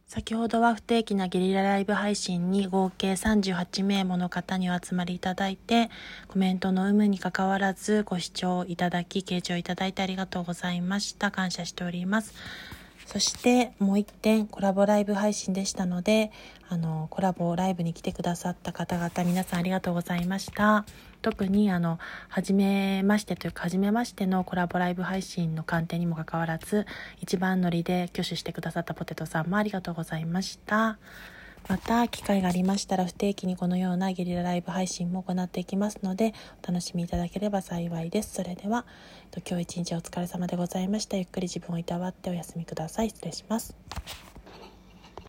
先ほどは不定期なゲリラライブ配信に合計38名もの方にお集まりいただいて、コメントの有無に関わらずご視聴いただき、傾聴いただいてありがとうございました。感謝しております。そしてもう一点、コラボライブ配信でしたので、コラボライブに来てくださった方々、皆さんありがとうございました。特に初めましてのコラボライブ配信の観点にもかかわらず、一番乗りで挙手してくださったポテトさんもありがとうございました。また機会がありましたら不定期にこのようなゲリラライブ配信も行っていきますので、お楽しみいただければ幸いです。それでは今日一日お疲れ様でございました。ゆっくり自分をいたわってお休みください。失礼します。